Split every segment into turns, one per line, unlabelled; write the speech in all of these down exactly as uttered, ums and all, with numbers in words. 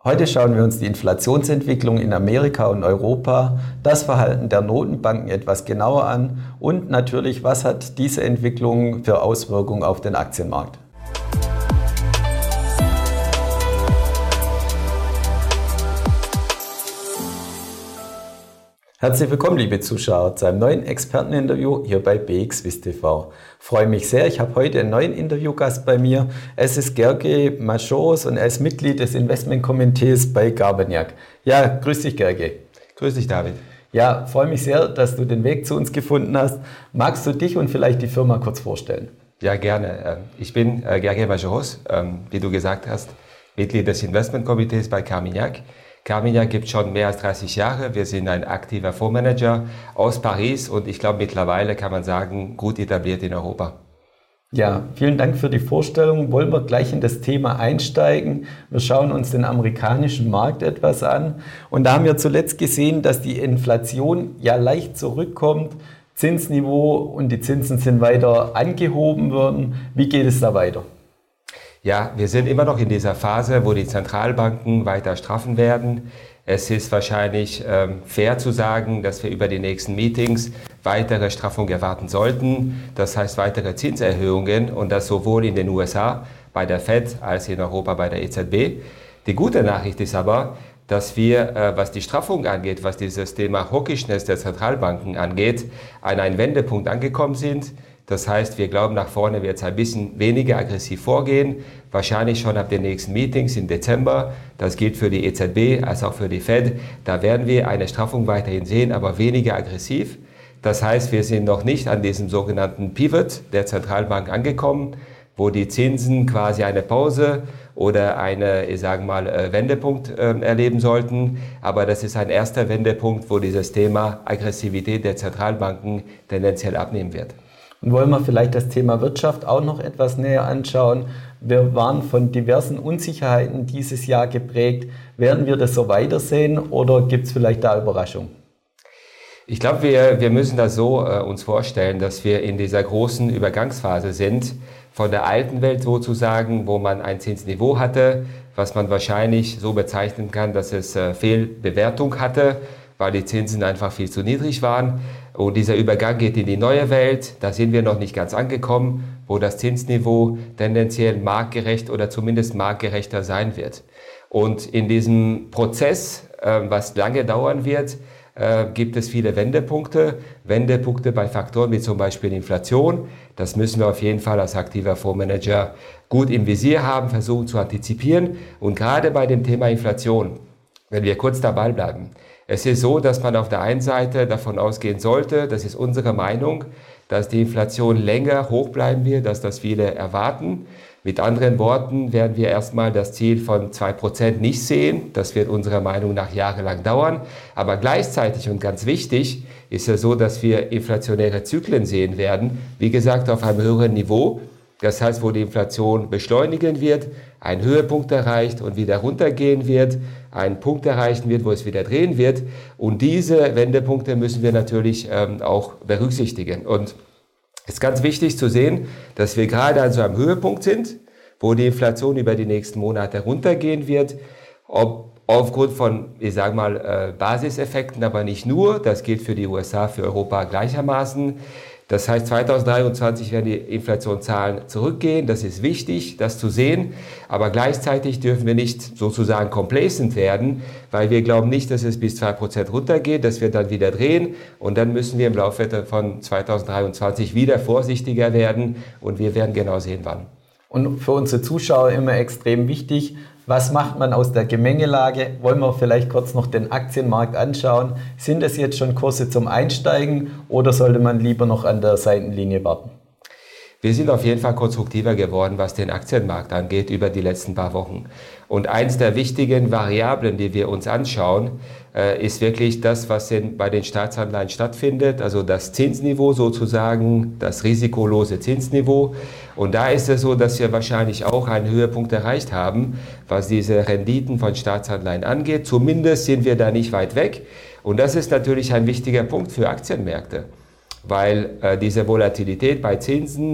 Heute schauen wir uns die Inflationsentwicklung in Amerika und Europa, das Verhalten der Notenbanken etwas genauer an und natürlich, was hat diese Entwicklung für Auswirkungen auf den Aktienmarkt. Herzlich willkommen, liebe Zuschauer, zu einem neuen Experteninterview hier bei B X Wiss T V. Ich freue mich sehr, ich habe heute einen neuen Interviewgast bei mir. Es ist Gergely Majoros und er ist Mitglied des Investmentkomitees bei Garbagnac. Ja, grüß dich, Gergely.
Grüß dich, David.
Ja, freue mich sehr, dass du den Weg zu uns gefunden hast. Magst du dich und vielleicht die Firma kurz vorstellen?
Ja, gerne. Ich bin Gergely Majoros, wie du gesagt hast, Mitglied des Investmentkomitees bei Garbagnac. Garbagnac gibt es schon mehr als dreißig Jahre. Wir sind ein aktiver Fondsmanager aus Paris und ich glaube mittlerweile kann man sagen, gut etabliert in Europa.
Ja, vielen Dank für die Vorstellung. Wollen wir gleich in das Thema einsteigen. Wir schauen uns den amerikanischen Markt etwas an. Und da haben wir zuletzt gesehen, dass die Inflation ja leicht zurückkommt. Zinsniveau und die Zinsen sind weiter angehoben worden. Wie geht es da weiter?
Ja, wir sind immer noch in dieser Phase, wo die Zentralbanken weiter straffen werden. Es ist wahrscheinlich ähm, fair zu sagen, dass wir über die nächsten Meetings weitere Straffungen erwarten sollten. Das heißt weitere Zinserhöhungen und das sowohl in den U S A bei der Fed als in Europa bei der E Z B. Die gute Nachricht ist aber, dass wir, äh, was die Straffung angeht, was dieses Thema Hawkishness der Zentralbanken angeht, an einen Wendepunkt angekommen sind. Das heißt, wir glauben, nach vorne wird es ein bisschen weniger aggressiv vorgehen, wahrscheinlich schon ab den nächsten Meetings im Dezember. Das gilt für die E Z B als auch für die Fed. Da werden wir eine Straffung weiterhin sehen, aber weniger aggressiv. Das heißt, wir sind noch nicht an diesem sogenannten Pivot der Zentralbank angekommen, wo die Zinsen quasi eine Pause oder eine, ich sage mal, Wendepunkt äh, erleben sollten. Aber das ist ein erster Wendepunkt, wo dieses Thema Aggressivität der Zentralbanken tendenziell abnehmen wird.
Und wollen wir vielleicht das Thema Wirtschaft auch noch etwas näher anschauen. Wir waren von diversen Unsicherheiten dieses Jahr geprägt. Werden wir das so weitersehen oder gibt es vielleicht da Überraschungen?
Ich glaube, wir, wir müssen das so äh, uns vorstellen, dass wir in dieser großen Übergangsphase sind, von der alten Welt sozusagen, wo man ein Zinsniveau hatte, was man wahrscheinlich so bezeichnen kann, dass es äh, Fehlbewertung hatte, weil die Zinsen einfach viel zu niedrig waren. Und dieser Übergang geht in die neue Welt, da sind wir noch nicht ganz angekommen, wo das Zinsniveau tendenziell marktgerecht oder zumindest marktgerechter sein wird. Und in diesem Prozess, äh, was lange dauern wird, äh, gibt es viele Wendepunkte. Wendepunkte bei Faktoren wie zum Beispiel Inflation. Das müssen wir auf jeden Fall als aktiver Fondsmanager gut im Visier haben, versuchen zu antizipieren. Und gerade bei dem Thema Inflation, wenn wir kurz dabei bleiben, es ist so, dass man auf der einen Seite davon ausgehen sollte, das ist unsere Meinung, dass die Inflation länger hoch bleiben wird, als das viele erwarten. Mit anderen Worten werden wir erstmal das Ziel von zwei Prozent nicht sehen. Das wird unserer Meinung nach jahrelang dauern. Aber gleichzeitig und ganz wichtig ist es so, dass wir inflationäre Zyklen sehen werden. Wie gesagt, auf einem höheren Niveau. Das heißt, wo die Inflation beschleunigen wird, ein Höhepunkt erreicht und wieder runtergehen wird, einen Punkt erreichen wird, wo es wieder drehen wird. Und diese Wendepunkte müssen wir natürlich ähm, auch berücksichtigen. Und es ist ganz wichtig zu sehen, dass wir gerade an so einem Höhepunkt sind, wo die Inflation über die nächsten Monate runtergehen wird, ob aufgrund von, ich sage mal, äh, Basiseffekten, aber nicht nur. Das gilt für die U S A, für Europa gleichermaßen. Das heißt, zweitausenddreiundzwanzig werden die Inflationszahlen zurückgehen. Das ist wichtig, das zu sehen. Aber gleichzeitig dürfen wir nicht sozusagen complacent werden, weil wir glauben nicht, dass es bis zwei Prozent runtergeht. Das wird dann wieder drehen. Und dann müssen wir im Laufe von zweitausenddreiundzwanzig wieder vorsichtiger werden. Und wir werden genau sehen, wann.
Und für unsere Zuschauer immer extrem wichtig, was macht man aus der Gemengelage? Wollen wir vielleicht kurz noch den Aktienmarkt anschauen? Sind es jetzt schon Kurse zum Einsteigen oder sollte man lieber noch an der Seitenlinie warten?
Wir sind auf jeden Fall konstruktiver geworden, was den Aktienmarkt angeht, über die letzten paar Wochen. Und eins der wichtigen Variablen, die wir uns anschauen, äh, ist wirklich das, was in, bei den Staatsanleihen stattfindet, also das Zinsniveau sozusagen, das risikolose Zinsniveau. Und da ist es so, dass wir wahrscheinlich auch einen Höhepunkt erreicht haben, was diese Renditen von Staatsanleihen angeht. Zumindest sind wir da nicht weit weg. Und das ist natürlich ein wichtiger Punkt für Aktienmärkte. Weil äh, diese Volatilität bei Zinsen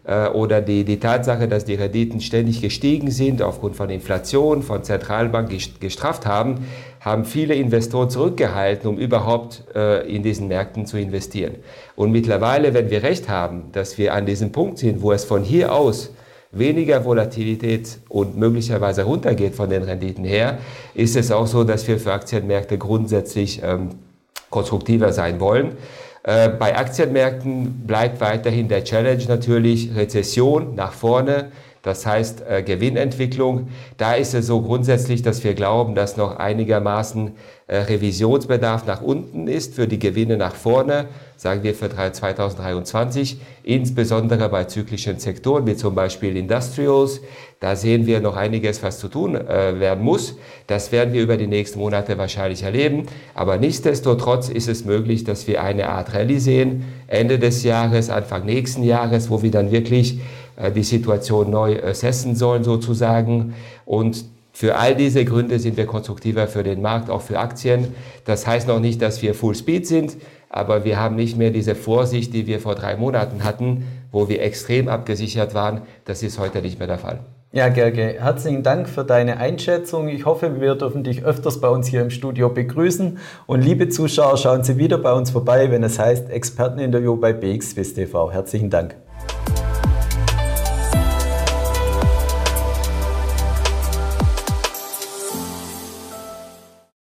oder die, die Tatsache, dass die Renditen ständig gestiegen sind aufgrund von Inflation, von Zentralbanken gestraft haben, haben viele Investoren zurückgehalten, um überhaupt äh, in diesen Märkten zu investieren. Und mittlerweile, wenn wir recht haben, dass wir an diesem Punkt sind, wo es von hier aus weniger Volatilität und möglicherweise runtergeht von den Renditen her, ist es auch so, dass wir für Aktienmärkte grundsätzlich ähm, konstruktiver sein wollen. Äh, bei Aktienmärkten bleibt weiterhin der Challenge natürlich Rezession nach vorne, das heißt äh, Gewinnentwicklung. Da ist es so grundsätzlich, dass wir glauben, dass noch einigermaßen äh, Revisionsbedarf nach unten ist für die Gewinne nach vorne, sagen wir für zwanzig dreiundzwanzig, insbesondere bei zyklischen Sektoren wie zum Beispiel Industrials. Da sehen wir noch einiges, was zu tun äh, werden muss. Das werden wir über die nächsten Monate wahrscheinlich erleben. Aber nichtsdestotrotz ist es möglich, dass wir eine Art Rallye sehen, Ende des Jahres, Anfang nächsten Jahres, wo wir dann wirklich äh, die Situation neu assessen sollen sozusagen. Und für all diese Gründe sind wir konstruktiver für den Markt, auch für Aktien. Das heißt noch nicht, dass wir Full Speed sind, aber wir haben nicht mehr diese Vorsicht, die wir vor drei Monaten hatten, wo wir extrem abgesichert waren. Das ist heute nicht mehr der Fall.
Ja, Gerge, herzlichen Dank für deine Einschätzung. Ich hoffe, wir dürfen dich öfters bei uns hier im Studio begrüßen. Und liebe Zuschauer, schauen Sie wieder bei uns vorbei, wenn es heißt Experteninterview bei B X Swiss T V. Herzlichen Dank.